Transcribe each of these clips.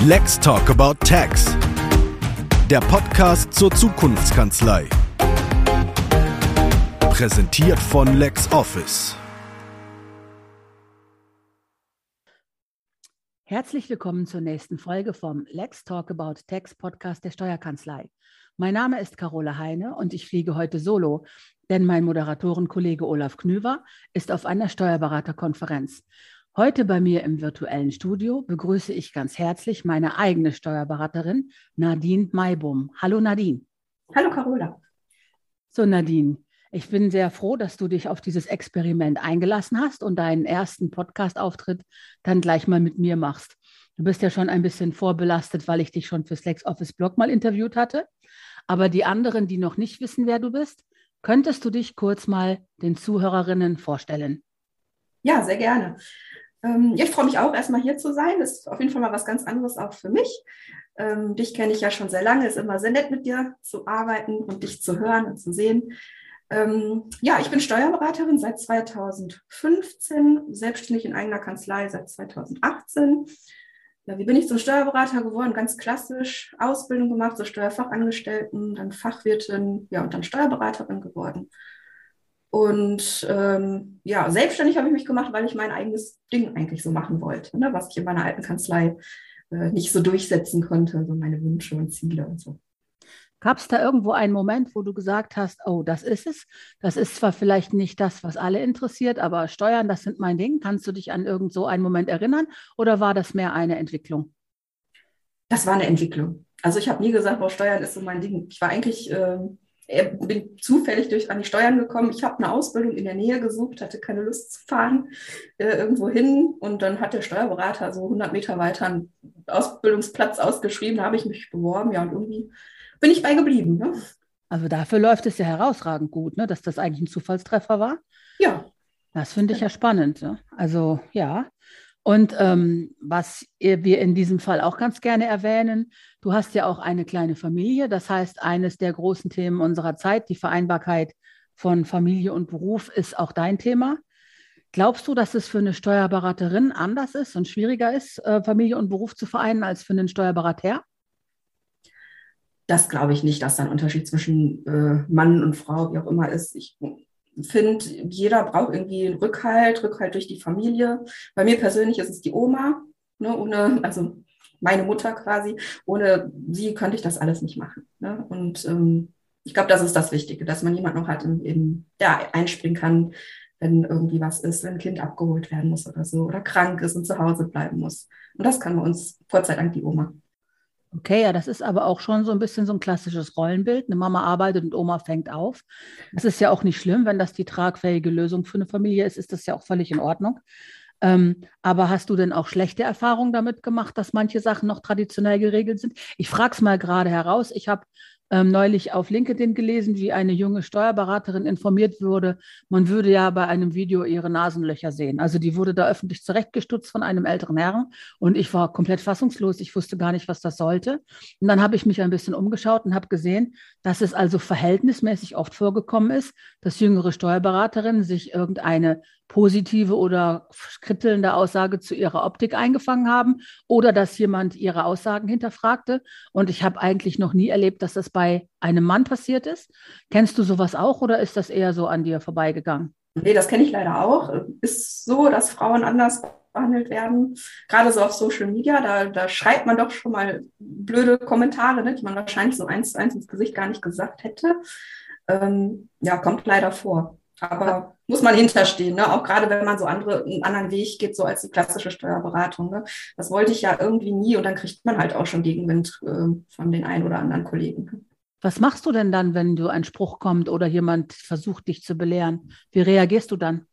Let's Talk About Tax. Der Podcast zur Zukunftskanzlei. Präsentiert von LexOffice. Herzlich willkommen zur nächsten Folge vom Let's Talk About Tax Podcast der Steuerkanzlei. Mein Name ist Carola Heine und ich fliege heute solo, denn mein Moderatorenkollege Olaf Knüver ist auf einer Steuerberaterkonferenz. Heute bei mir im virtuellen Studio begrüße ich ganz herzlich meine eigene Steuerberaterin Nadine Maibum. Hallo Nadine. Hallo Carola. So Nadine, ich bin sehr froh, dass du dich auf dieses Experiment eingelassen hast und deinen ersten Podcast-Auftritt dann gleich mal mit mir machst. Du bist ja schon ein bisschen vorbelastet, weil ich dich schon fürs LexOffice-Blog mal interviewt hatte. Aber die anderen, die noch nicht wissen, wer du bist, könntest du dich kurz mal den Zuhörerinnen vorstellen? Ja, sehr gerne. Ich freue mich auch, erstmal hier zu sein. Das ist auf jeden Fall mal was ganz anderes auch für mich. Dich kenne ich ja schon sehr lange. Es ist immer sehr nett, mit dir zu arbeiten und dich zu hören und zu sehen. Ich bin Steuerberaterin seit 2015, selbstständig in eigener Kanzlei seit 2018. Ja, wie bin ich zum Steuerberater geworden? Ganz klassisch Ausbildung gemacht, zur Steuerfachangestellten, dann Fachwirtin, ja, und dann Steuerberaterin geworden. Und selbstständig habe ich mich gemacht, weil ich mein eigenes Ding eigentlich so machen wollte, ne, was ich in meiner alten Kanzlei nicht so durchsetzen konnte, so meine Wünsche und Ziele und so. Gab es da irgendwo einen Moment, wo du gesagt hast, oh, das ist es? Das ist zwar vielleicht nicht das, was alle interessiert, aber Steuern, das sind mein Ding. Kannst du dich an irgend so einen Moment erinnern oder war das mehr eine Entwicklung? Das war eine Entwicklung. Also ich habe nie gesagt, oh, Steuern ist so mein Ding. Ich war eigentlich, bin zufällig an die Steuern gekommen. Ich habe eine Ausbildung in der Nähe gesucht, hatte keine Lust zu fahren irgendwo hin. Und dann hat der Steuerberater so 100 Meter weiter einen Ausbildungsplatz ausgeschrieben. Da habe ich mich beworben, ja, und irgendwie bin ich bei geblieben. Ne? Also dafür läuft es ja herausragend gut, ne, dass das eigentlich ein Zufallstreffer war. Ja. Das finde ich ja spannend. Ne? Also ja. Und was wir in diesem Fall auch ganz gerne erwähnen, du hast ja auch eine kleine Familie. Das heißt, eines der großen Themen unserer Zeit, die Vereinbarkeit von Familie und Beruf, ist auch dein Thema. Glaubst du, dass es für eine Steuerberaterin anders ist und schwieriger ist, Familie und Beruf zu vereinen, als für einen Steuerberater? Das glaube ich nicht, dass da ein Unterschied zwischen Mann und Frau, wie auch immer, ist. Ich finde, jeder braucht irgendwie einen Rückhalt durch die Familie. Bei mir persönlich ist es die Oma, ne, also meine Mutter quasi. Ohne sie könnte ich das alles nicht machen. Ne? Und ich glaube, das ist das Wichtige, dass man jemanden noch hat, der einspringen kann, wenn irgendwie was ist, wenn ein Kind abgeholt werden muss oder so oder krank ist und zu Hause bleiben muss. Und das kann bei uns Gott sei Dank die Oma. Okay, ja, das ist aber auch schon so ein bisschen so ein klassisches Rollenbild. Eine Mama arbeitet und Oma fängt auf. Das ist ja auch nicht schlimm, wenn das die tragfähige Lösung für eine Familie ist das ja auch völlig in Ordnung. Aber hast du denn auch schlechte Erfahrungen damit gemacht, dass manche Sachen noch traditionell geregelt sind? Ich frage es mal gerade heraus. Ich habe neulich auf LinkedIn gelesen, wie eine junge Steuerberaterin informiert wurde, man würde ja bei einem Video ihre Nasenlöcher sehen. Also die wurde da öffentlich zurechtgestutzt von einem älteren Herrn und ich war komplett fassungslos. Ich wusste gar nicht, was das sollte. Und dann habe ich mich ein bisschen umgeschaut und habe gesehen, dass es also verhältnismäßig oft vorgekommen ist, dass jüngere Steuerberaterinnen sich irgendeine positive oder krittelnde Aussage zu ihrer Optik eingefangen haben oder dass jemand ihre Aussagen hinterfragte. Und ich habe eigentlich noch nie erlebt, dass das bei einem Mann passiert ist. Kennst du sowas auch oder ist das eher so an dir vorbeigegangen? Nee, das kenne ich leider auch. Ist so, dass Frauen anders behandelt werden. Gerade so auf Social Media, da schreibt man doch schon mal blöde Kommentare, ne, die man wahrscheinlich so 1:1 ins Gesicht gar nicht gesagt hätte. Kommt leider vor. Aber muss man hinterstehen, ne? Auch gerade wenn man so einen anderen Weg geht, so als die klassische Steuerberatung. Ne? Das wollte ich ja irgendwie nie und dann kriegt man halt auch schon Gegenwind von den einen oder anderen Kollegen. Was machst du denn dann, wenn du ein Spruch kommt oder jemand versucht, dich zu belehren? Wie reagierst du dann?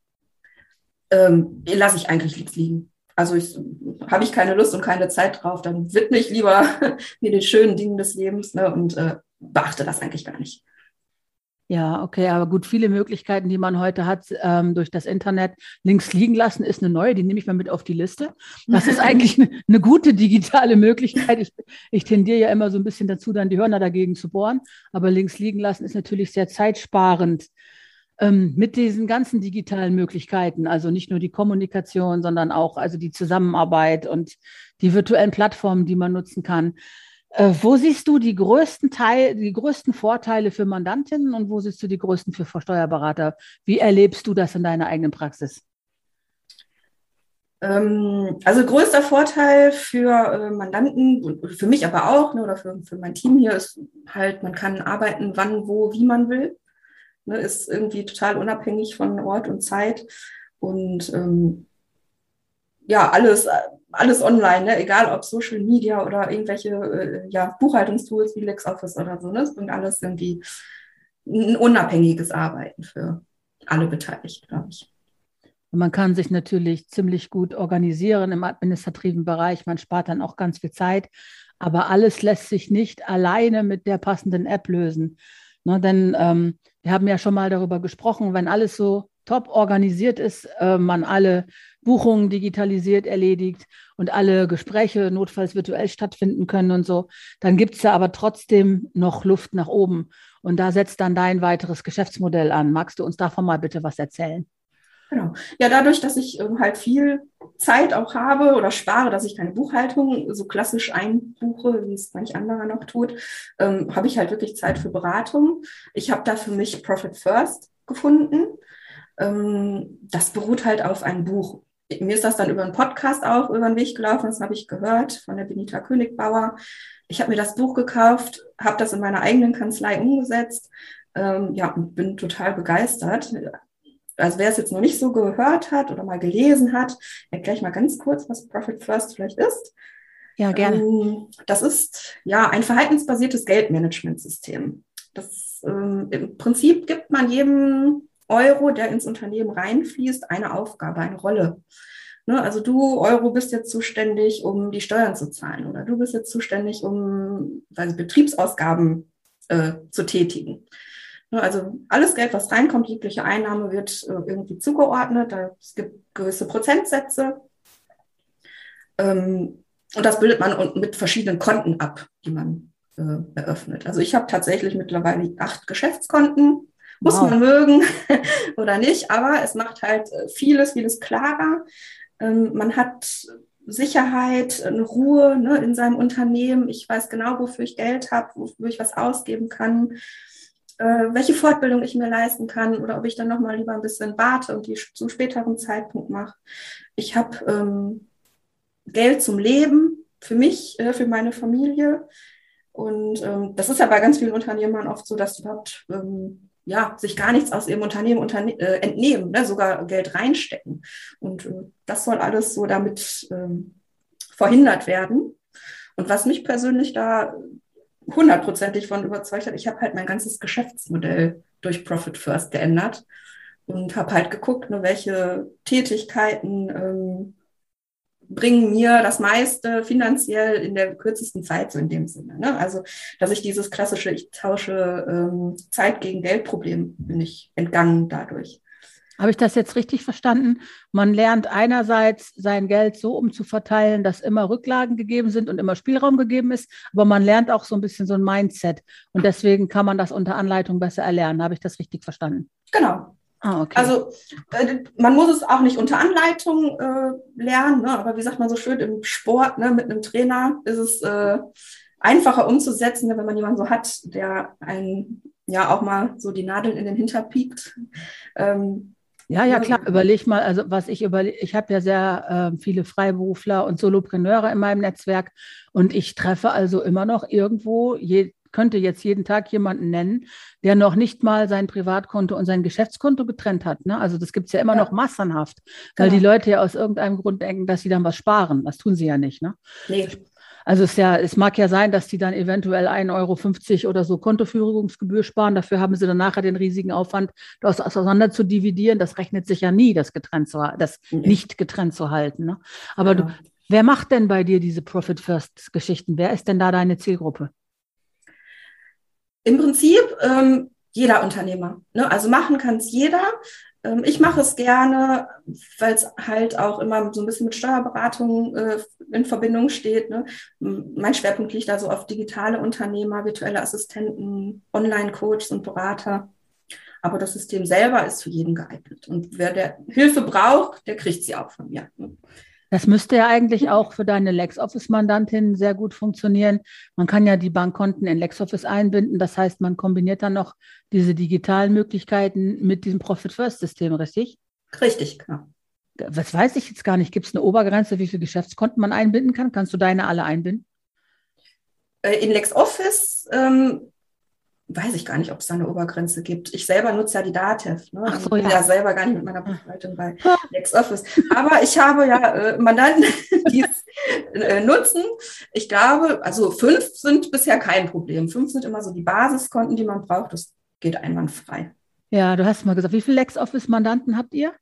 Lasse ich eigentlich nichts liegen. Also habe ich keine Lust und keine Zeit drauf, dann widme ich lieber mir den schönen Dingen des Lebens, ne, und beachte das eigentlich gar nicht. Ja, okay, aber gut, viele Möglichkeiten, die man heute hat, durch das Internet links liegen lassen, ist eine neue, die nehme ich mal mit auf die Liste. Das ist eigentlich eine gute digitale Möglichkeit. Ich tendiere ja immer so ein bisschen dazu, dann die Hörner dagegen zu bohren, aber links liegen lassen ist natürlich sehr zeitsparend. mit diesen ganzen digitalen Möglichkeiten, also nicht nur die Kommunikation, sondern auch also die Zusammenarbeit und die virtuellen Plattformen, die man nutzen kann. Wo siehst du die größten Vorteile für Mandantinnen und wo siehst du die größten für Steuerberater? Wie erlebst du das in deiner eigenen Praxis? Also größter Vorteil für Mandanten und für mich aber auch, ne, oder für mein Team hier ist halt, man kann arbeiten, wann, wo, wie man will. Ne, ist irgendwie total unabhängig von Ort und Zeit. Und ja, alles online, ne? Egal ob Social Media oder irgendwelche Buchhaltungstools wie LexOffice oder so. Ne? Es bringt alles irgendwie ein unabhängiges Arbeiten für alle Beteiligten, glaube ich. Man kann sich natürlich ziemlich gut organisieren im administrativen Bereich. Man spart dann auch ganz viel Zeit. Aber alles lässt sich nicht alleine mit der passenden App lösen. Ne, denn wir haben ja schon mal darüber gesprochen, wenn alles so top organisiert ist, man alle Buchungen digitalisiert erledigt und alle Gespräche notfalls virtuell stattfinden können und so, dann gibt es ja aber trotzdem noch Luft nach oben. Und da setzt dann dein weiteres Geschäftsmodell an. Magst du uns davon mal bitte was erzählen? Genau. Ja, dadurch, dass ich halt viel Zeit auch habe oder spare, dass ich keine Buchhaltung so klassisch einbuche, wie es manch anderer noch tut, habe ich halt wirklich Zeit für Beratung. Ich habe da für mich Profit First gefunden. Das beruht halt auf einem Buch. Mir ist das dann über einen Podcast auch über den Weg gelaufen, das habe ich gehört von der Benita Königbauer. Ich habe mir das Buch gekauft, habe das in meiner eigenen Kanzlei umgesetzt, und bin total begeistert. Also wer es jetzt noch nicht so gehört hat oder mal gelesen hat, erkläre ich mal ganz kurz, was Profit First vielleicht ist. Ja, gerne. Das ist ja ein verhaltensbasiertes Geldmanagementsystem. Im Prinzip gibt man jedem Euro, der ins Unternehmen reinfließt, eine Aufgabe, eine Rolle. Ne, also du, Euro, bist jetzt zuständig, um die Steuern zu zahlen oder du bist jetzt zuständig, um Betriebsausgaben zu tätigen. Also alles Geld, was reinkommt, jegliche Einnahme wird irgendwie zugeordnet. Es gibt gewisse Prozentsätze. Und das bildet man mit verschiedenen Konten ab, die man eröffnet. Also ich habe tatsächlich mittlerweile 8 Geschäftskonten. Muss man mögen oder nicht, aber es macht halt vieles klarer. Man hat Sicherheit, eine Ruhe, ne, in seinem Unternehmen. Ich weiß genau, wofür ich Geld habe, wofür ich was ausgeben kann, welche Fortbildung ich mir leisten kann oder ob ich dann nochmal lieber ein bisschen warte und die zum späteren Zeitpunkt mache. Ich habe Geld zum Leben für mich, für meine Familie. Und das ist ja bei ganz vielen Unternehmern oft so, dass sie überhaupt sich gar nichts aus ihrem Unternehmen entnehmen, ne, sogar Geld reinstecken. Und das soll alles so damit verhindert werden. Und was mich persönlich da 100%ig von überzeugt hat, ich habe halt mein ganzes Geschäftsmodell durch Profit First geändert und habe halt geguckt, ne, welche Tätigkeiten bringen mir das meiste finanziell in der kürzesten Zeit, so in dem Sinne. Ne? Also, dass ich dieses klassische, ich tausche Zeit gegen Geld-Problem, bin ich entgangen dadurch. Habe ich das jetzt richtig verstanden? Man lernt einerseits, sein Geld so umzuverteilen, dass immer Rücklagen gegeben sind und immer Spielraum gegeben ist, aber man lernt auch so ein bisschen so ein Mindset und deswegen kann man das unter Anleitung besser erlernen. Habe ich das richtig verstanden? Genau. Ah, okay. Also man muss es auch nicht unter Anleitung lernen, ne? Aber wie sagt man so schön im Sport, ne? Mit einem Trainer ist es einfacher umzusetzen, ne? Wenn man jemanden so hat, der einen ja auch mal so die Nadeln in den Hintern piekt. Ja, klar. Überleg mal, also ich habe ja sehr viele Freiberufler und Solopreneure in meinem Netzwerk und ich treffe also immer noch irgendwo, könnte jetzt jeden Tag jemanden nennen, der noch nicht mal sein Privatkonto und sein Geschäftskonto getrennt hat. Ne? Also das gibt es ja immer noch massenhaft, weil die Leute ja aus irgendeinem Grund denken, dass sie dann was sparen. Das tun sie ja nicht. Ne? Nee. Also es mag ja sein, dass die dann eventuell 1,50 € oder so Kontoführungsgebühr sparen. Dafür haben sie dann nachher den riesigen Aufwand, das auseinander zu dividieren. Das rechnet sich ja nie, das nicht getrennt zu halten. Ne? Aber wer macht denn bei dir diese Profit-First-Geschichten? Wer ist denn da deine Zielgruppe? Im Prinzip jeder Unternehmer. Ne? Also machen kann es jeder. Ich mache es gerne, weil es halt auch immer so ein bisschen mit Steuerberatung in Verbindung steht. Ne? Mein Schwerpunkt liegt also auf digitale Unternehmer, virtuelle Assistenten, Online-Coaches und Berater. Aber das System selber ist für jeden geeignet. Und wer der Hilfe braucht, der kriegt sie auch von mir. Das müsste ja eigentlich auch für deine LexOffice-Mandantin sehr gut funktionieren. Man kann ja die Bankkonten in LexOffice einbinden. Das heißt, man kombiniert dann noch diese digitalen Möglichkeiten mit diesem Profit-First-System, richtig? Richtig, genau. Was weiß ich jetzt gar nicht. Gibt es eine Obergrenze, wie viele Geschäftskonten man einbinden kann? Kannst du deine alle einbinden? In LexOffice weiß ich gar nicht, ob es da eine Obergrenze gibt. Ich selber nutze ja die DATEV. Ne? Ach so, Ich bin ja. ja selber gar nicht mit meiner Buchhaltung bei LexOffice. Aber ich habe ja Mandanten, die es nutzen. Ich glaube, also 5 sind bisher kein Problem. 5 sind immer so die Basiskonten, die man braucht. Das geht einwandfrei. Ja, du hast mal gesagt, wie viele LexOffice-Mandanten habt ihr?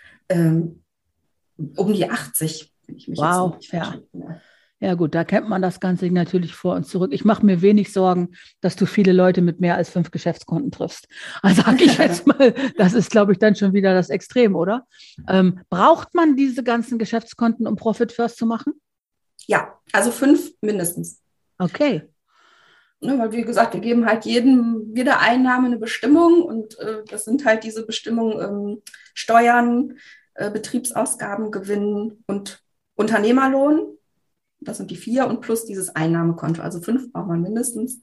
Um die 80, wenn ich mich Wow, jetzt nicht ja. verstehe. Ja gut, da kennt man das Ganze natürlich vor und zurück. Ich mache mir wenig Sorgen, dass du viele Leute mit mehr als 5 Geschäftskonten triffst. Also sage ich jetzt mal, das ist, glaube ich, dann schon wieder das Extrem, oder? Braucht man diese ganzen Geschäftskonten, um Profit First zu machen? Ja, also 5 mindestens. Okay. Ne, weil, wie gesagt, wir geben halt jeder Einnahme eine Bestimmung und das sind halt diese Bestimmungen Steuern, Betriebsausgaben, Gewinn und Unternehmerlohn. Das sind die 4 und plus dieses Einnahmekonto. Also 5 braucht man mindestens.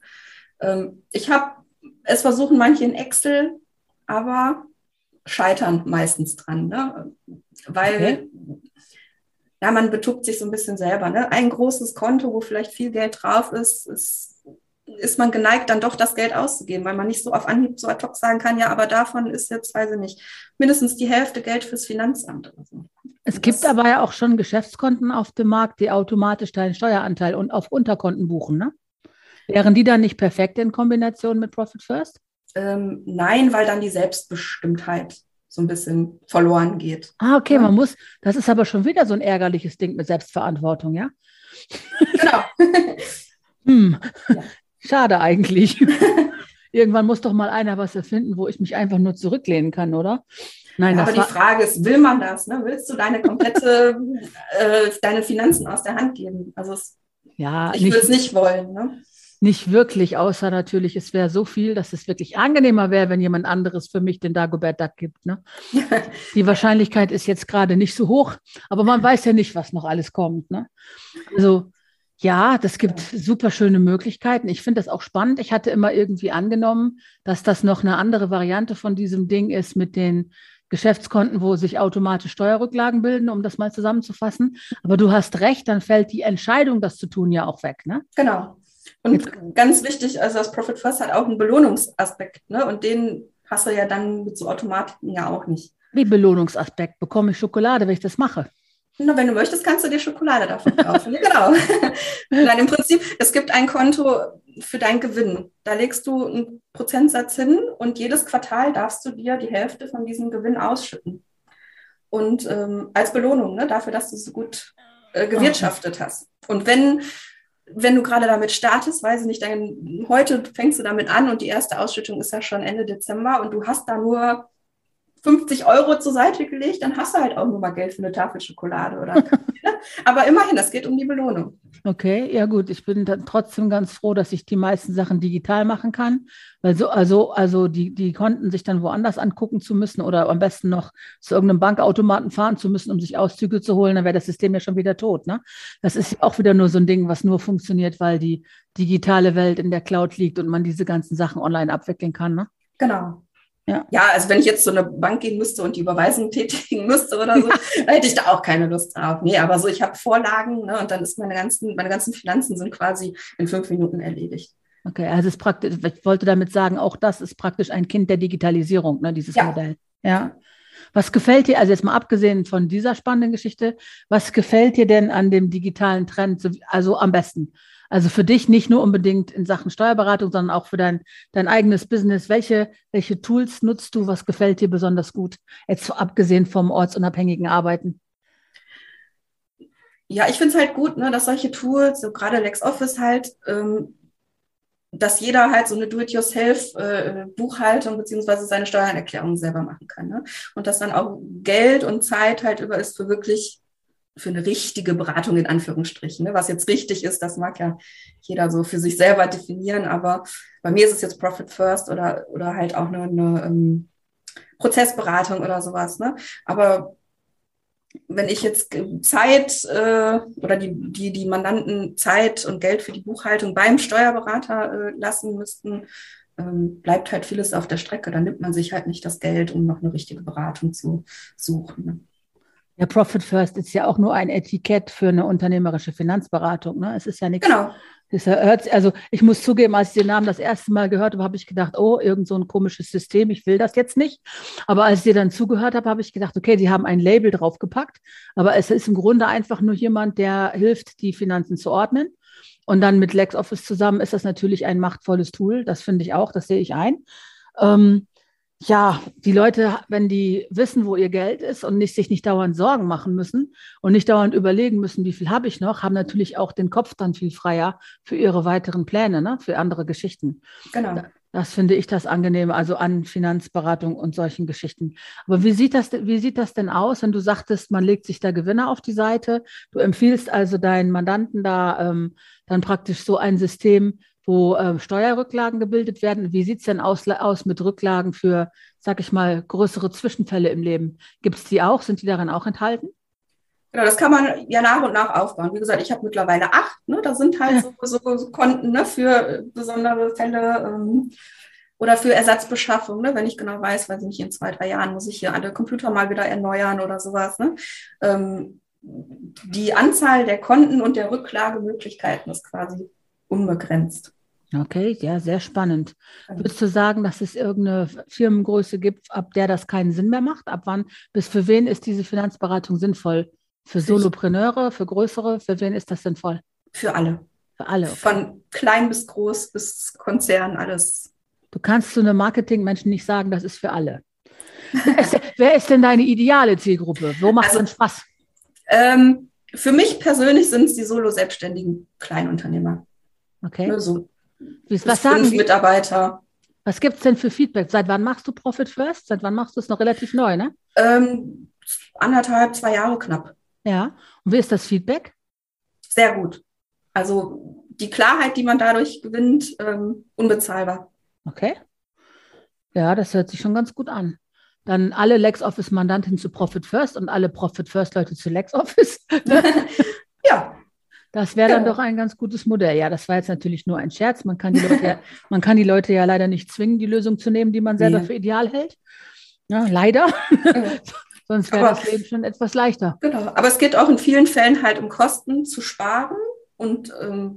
Es versuchen manche in Excel, aber scheitern meistens dran, ne? Weil ja, man betuppt sich so ein bisschen selber. Ne? Ein großes Konto, wo vielleicht viel Geld drauf ist man geneigt, dann doch das Geld auszugeben, weil man nicht so auf Anhieb so ad hoc sagen kann, ja, aber davon ist jetzt, weiß ich nicht, mindestens die Hälfte Geld fürs Finanzamt oder so. Es gibt aber ja auch schon Geschäftskonten auf dem Markt, die automatisch deinen Steueranteil und auf Unterkonten buchen, ne? Wären die dann nicht perfekt in Kombination mit Profit First? Nein, weil dann die Selbstbestimmtheit so ein bisschen verloren geht. Ah, okay, Ja? das ist aber schon wieder so ein ärgerliches Ding mit Selbstverantwortung, ja? Genau. Ja. Schade eigentlich. Irgendwann muss doch mal einer was erfinden, wo ich mich einfach nur zurücklehnen kann, oder? Nein, ja, aber die Frage ist, will man das? Ne? Willst du deine komplette, deine Finanzen aus der Hand geben? Also ich würde es nicht wollen. Ne? Nicht wirklich, außer natürlich, es wäre so viel, dass es wirklich angenehmer wäre, wenn jemand anderes für mich den Dagobert Duck gibt. Ne? Die Wahrscheinlichkeit ist jetzt gerade nicht so hoch, aber man weiß ja nicht, was noch alles kommt. Ne? Also ja, das gibt super schöne Möglichkeiten. Ich finde das auch spannend. Ich hatte immer irgendwie angenommen, dass das noch eine andere Variante von diesem Ding ist mit den Geschäftskonten, wo sich automatisch Steuerrücklagen bilden, um das mal zusammenzufassen. Aber du hast recht, dann fällt die Entscheidung, das zu tun, ja auch weg. Ne? Genau. Und ganz wichtig, also das Profit First hat auch einen Belohnungsaspekt. Ne? Und den hast du ja dann mit so Automatiken ja auch nicht. Wie Belohnungsaspekt? Bekomme ich Schokolade, wenn ich das mache? Na, wenn du möchtest, kannst du dir Schokolade davon kaufen. Genau. Nein, im Prinzip, es gibt ein Konto für deinen Gewinn. Da legst du einen Prozentsatz hin und jedes Quartal darfst du dir die Hälfte von diesem Gewinn ausschütten. Und als Belohnung, ne, dafür, dass du so gut gewirtschaftet hast. Und wenn du gerade damit startest, weiß ich nicht, dann heute fängst du damit an und die erste Ausschüttung ist ja schon Ende Dezember und du hast da nur 50 € zur Seite gelegt, dann hast du halt auch nur mal Geld für eine Tafel Schokolade oder aber immerhin, das geht um die Belohnung. Okay, ja gut, ich bin dann trotzdem ganz froh, dass ich die meisten Sachen digital machen kann, weil also die Konten sich dann woanders angucken zu müssen oder am besten noch zu irgendeinem Bankautomaten fahren zu müssen, um sich Auszüge zu holen, dann wäre das System ja schon wieder tot. Ne? Das ist auch wieder nur so ein Ding, was nur funktioniert, weil die digitale Welt in der Cloud liegt und man diese ganzen Sachen online abwickeln kann. Ne? Genau. Ja. Ja, also wenn ich jetzt zu einer Bank gehen müsste und die Überweisung tätigen müsste oder so, dann hätte ich da auch keine Lust drauf. Nee, aber so, ich habe Vorlagen, ne, und dann ist meine ganzen Finanzen sind quasi in 5 Minuten erledigt. Okay, also es ist praktisch, ich wollte damit sagen, auch das ist praktisch ein Kind der Digitalisierung, ne, dieses Modell. Ja. Was gefällt dir, also jetzt mal abgesehen von dieser spannenden Geschichte, was gefällt dir denn an dem digitalen Trend, also am besten? Also für dich nicht nur unbedingt in Sachen Steuerberatung, sondern auch für dein eigenes Business. Welche Tools nutzt du? Was gefällt dir besonders gut? Jetzt abgesehen vom ortsunabhängigen Arbeiten. Ja, ich finde es halt gut, ne, dass solche Tools, so gerade LexOffice halt, dass jeder halt so eine Do-it-yourself-Buchhaltung beziehungsweise seine Steuererklärung selber machen kann. Ne? Und dass dann auch Geld und Zeit halt über ist für eine richtige Beratung in Anführungsstrichen. Ne? Was jetzt richtig ist, das mag ja jeder so für sich selber definieren, aber bei mir ist es jetzt Profit First oder halt auch eine Prozessberatung oder sowas. Ne? Aber wenn ich jetzt Zeit oder die Mandanten Zeit und Geld für die Buchhaltung beim Steuerberater lassen müssten, bleibt halt vieles auf der Strecke. Dann nimmt man sich halt nicht das Geld, um noch eine richtige Beratung zu suchen. Ne? Ja, Profit First ist ja auch nur ein Etikett für eine unternehmerische Finanzberatung. Ne? Es ist ja nichts. Genau. Also ich muss zugeben, als ich den Namen das erste Mal gehört habe, habe ich gedacht, oh, irgend so ein komisches System, ich will das jetzt nicht. Aber als ich dir dann zugehört habe, habe ich gedacht, okay, die haben ein Label draufgepackt, aber es ist im Grunde einfach nur jemand, der hilft, die Finanzen zu ordnen. Und dann mit LexOffice zusammen ist das natürlich ein machtvolles Tool. Das finde ich auch, das sehe ich ein. Ähm, ja, die Leute, wenn die wissen, wo ihr Geld ist und sich nicht dauernd Sorgen machen müssen und nicht dauernd überlegen müssen, wie viel habe ich noch, haben natürlich auch den Kopf dann viel freier für ihre weiteren Pläne, ne? Für andere Geschichten. Genau. Das finde ich das Angenehme, also an Finanzberatung und solchen Geschichten. Aber wie sieht das denn aus, wenn du sagtest, man legt sich da Gewinner auf die Seite? Du empfiehlst also deinen Mandanten da dann praktisch so ein System, wo Steuerrücklagen gebildet werden. Wie sieht es denn aus mit Rücklagen für, sag ich mal, größere Zwischenfälle im Leben? Gibt es die auch? Sind die darin auch enthalten? Genau, das kann man ja nach und nach aufbauen. Wie gesagt, ich habe mittlerweile 8. Ne? Da sind halt so Konten, ne, für besondere Fälle oder für Ersatzbeschaffung. Ne? Wenn ich genau weiß ich, in 2, 3 Jahren muss ich hier alle Computer mal wieder erneuern oder sowas. Ne? Die Anzahl der Konten und der Rücklagemöglichkeiten ist quasi unbegrenzt. Okay, ja, sehr spannend. Würdest du sagen, dass es irgendeine Firmengröße gibt, ab der das keinen Sinn mehr macht? Ab wann, bis für wen ist diese Finanzberatung sinnvoll? Für Solopreneure, für größere, für wen ist das sinnvoll? Für alle. Für alle. Okay. Von klein bis groß bis Konzern, alles. Du kannst zu einem Marketingmenschen nicht sagen, das ist für alle. Wer ist denn deine ideale Zielgruppe? Wo macht es denn Spaß? Für mich persönlich sind es die solo-selbstständigen Kleinunternehmer. Okay. Ne, so was sagen 5 die? Mitarbeiter. Was gibt es denn für Feedback? Seit wann machst du Profit First? Seit wann machst du es noch relativ neu, ne? 1,5, 2 Jahre knapp. Ja. Und wie ist das Feedback? Sehr gut. Also die Klarheit, die man dadurch gewinnt, unbezahlbar. Okay. Ja, das hört sich schon ganz gut an. Dann alle LexOffice-Mandanten zu Profit First und alle Profit First-Leute zu LexOffice. Ja. Das wäre dann doch ein ganz gutes Modell. Ja, das war jetzt natürlich nur ein Scherz. Man kann die Leute ja leider nicht zwingen, die Lösung zu nehmen, die man selber für ideal hält. Ja, leider. Sonst wäre das Leben schon etwas leichter. Genau. Aber es geht auch in vielen Fällen halt um Kosten zu sparen. Und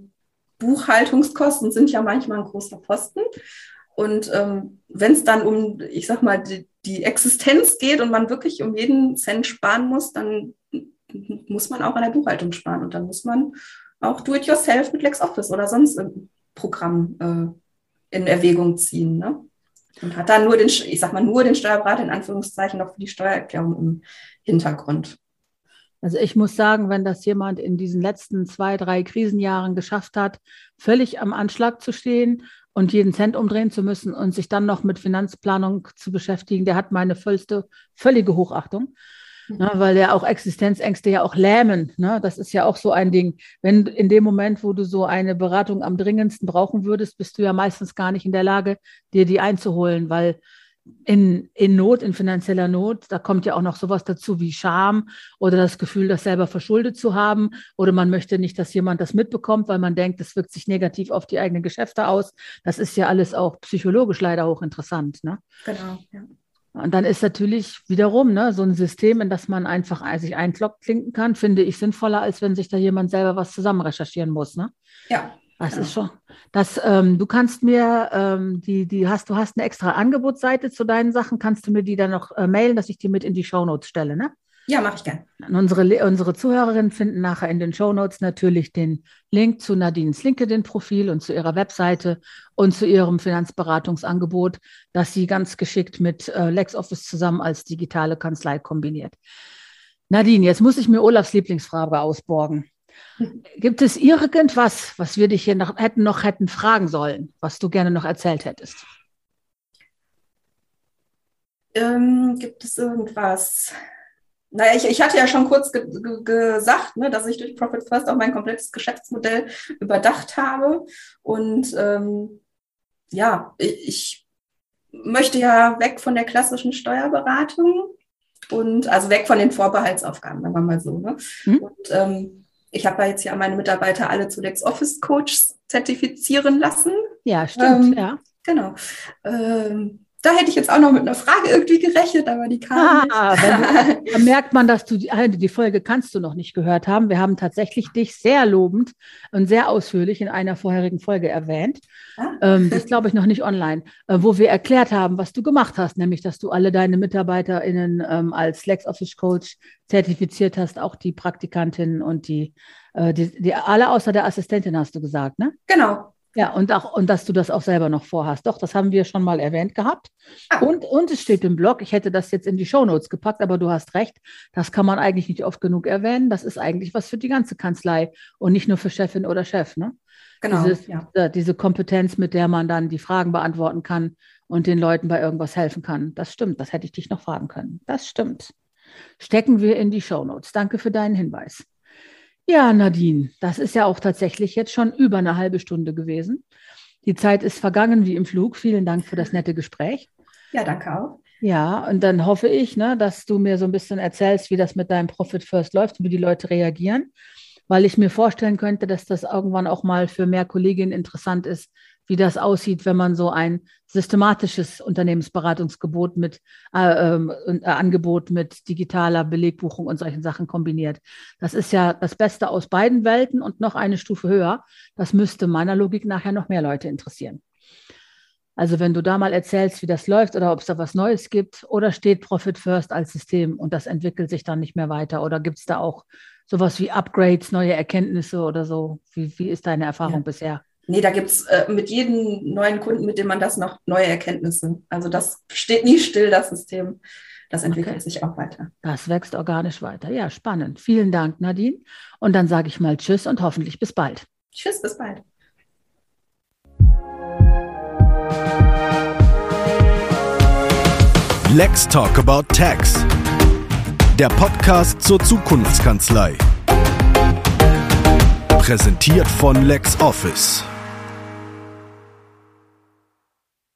Buchhaltungskosten sind ja manchmal ein großer Posten. Und wenn es dann um, ich sag mal, die Existenz geht und man wirklich um jeden Cent sparen muss, dann muss man auch an der Buchhaltung sparen. Und dann muss man auch Do-it-yourself mit LexOffice oder sonst ein Programm in Erwägung ziehen. Ne? Und hat dann nur den Steuerberater in Anführungszeichen noch für die Steuererklärung im Hintergrund. Also ich muss sagen, wenn das jemand in diesen letzten 2, 3 Krisenjahren geschafft hat, völlig am Anschlag zu stehen und jeden Cent umdrehen zu müssen und sich dann noch mit Finanzplanung zu beschäftigen, der hat meine völlige Hochachtung. Ne, weil ja auch Existenzängste ja auch lähmen. Ne? Das ist ja auch so ein Ding. Wenn in dem Moment, wo du so eine Beratung am dringendsten brauchen würdest, bist du ja meistens gar nicht in der Lage, dir die einzuholen, weil in Not, in finanzieller Not, da kommt ja auch noch sowas dazu wie Scham oder das Gefühl, das selber verschuldet zu haben, oder man möchte nicht, dass jemand das mitbekommt, weil man denkt, das wirkt sich negativ auf die eigenen Geschäfte aus. Das ist ja alles auch psychologisch leider hochinteressant. Ne? Genau, ja. Und dann ist natürlich wiederum so ein System, in das man einfach sich einklinken kann, finde ich sinnvoller, als wenn sich da jemand selber was zusammen recherchieren muss. Ne? Ja. Das ist schon. Du kannst mir, du hast eine extra Angebotsseite zu deinen Sachen, kannst du mir die dann noch mailen, dass ich die mit in die Shownotes stelle, ne? Ja, mache ich gern. Unsere Zuhörerinnen finden nachher in den Shownotes natürlich den Link zu Nadines LinkedIn-Profil und zu ihrer Webseite und zu ihrem Finanzberatungsangebot, das sie ganz geschickt mit LexOffice zusammen als digitale Kanzlei kombiniert. Nadine, jetzt muss ich mir Olafs Lieblingsfrage ausborgen. Gibt es irgendwas, was wir dich hier noch hätten fragen sollen, was du gerne noch erzählt hättest? Gibt es irgendwas? Naja, ich hatte ja schon kurz gesagt, ne, dass ich durch Profit First auch mein komplettes Geschäftsmodell überdacht habe. Und ich möchte ja weg von der klassischen Steuerberatung und also weg von den Vorbehaltsaufgaben, sagen wir mal so. Ne? Und ich habe ja jetzt ja meine Mitarbeiter alle zu LexOffice Coach zertifizieren lassen. Ja, stimmt, ja. Genau. Da hätte ich jetzt auch noch mit einer Frage irgendwie gerechnet, aber die kam nicht. Da merkt man, dass du die Folge kannst du noch nicht gehört haben. Wir haben tatsächlich dich sehr lobend und sehr ausführlich in einer vorherigen Folge erwähnt. Das ist, glaube ich, noch nicht online, wo wir erklärt haben, was du gemacht hast, nämlich, dass du alle deine MitarbeiterInnen als LexOffice Coach zertifiziert hast, auch die Praktikantinnen und die alle außer der Assistentin, hast du gesagt, ne? Genau. Ja, und dass du das auch selber noch vorhast. Doch, das haben wir schon mal erwähnt gehabt. Und es steht im Blog, ich hätte das jetzt in die Shownotes gepackt, aber du hast recht, das kann man eigentlich nicht oft genug erwähnen. Das ist eigentlich was für die ganze Kanzlei und nicht nur für Chefin oder Chef, ne? Genau. Diese Kompetenz, mit der man dann die Fragen beantworten kann und den Leuten bei irgendwas helfen kann. Das stimmt, das hätte ich dich noch fragen können. Das stimmt. Stecken wir in die Shownotes. Danke für deinen Hinweis. Ja, Nadine, das ist ja auch tatsächlich jetzt schon über eine halbe Stunde gewesen. Die Zeit ist vergangen wie im Flug. Vielen Dank für das nette Gespräch. Ja, danke auch. Ja, und dann hoffe ich, ne, dass du mir so ein bisschen erzählst, wie das mit deinem Profit First läuft, wie die Leute reagieren, weil ich mir vorstellen könnte, dass das irgendwann auch mal für mehr Kolleginnen interessant ist, wie das aussieht, wenn man so ein systematisches Unternehmensberatungsgebot mit Angebot mit digitaler Belegbuchung und solchen Sachen kombiniert. Das ist ja das Beste aus beiden Welten und noch eine Stufe höher. Das müsste meiner Logik nachher noch mehr Leute interessieren. Also wenn du da mal erzählst, wie das läuft oder ob es da was Neues gibt, oder steht Profit First als System und das entwickelt sich dann nicht mehr weiter, oder gibt es da auch sowas wie Upgrades, neue Erkenntnisse oder so? Wie ist deine Erfahrung bisher? Nee, da gibt es mit jedem neuen Kunden, mit dem man das noch neue Erkenntnisse. Also das steht nie still, das System. Das entwickelt sich auch weiter. Das wächst organisch weiter. Ja, spannend. Vielen Dank, Nadine. Und dann sage ich mal Tschüss und hoffentlich bis bald. Tschüss, bis bald. Let's Talk About Tax. Der Podcast zur Zukunftskanzlei. Präsentiert von LexOffice.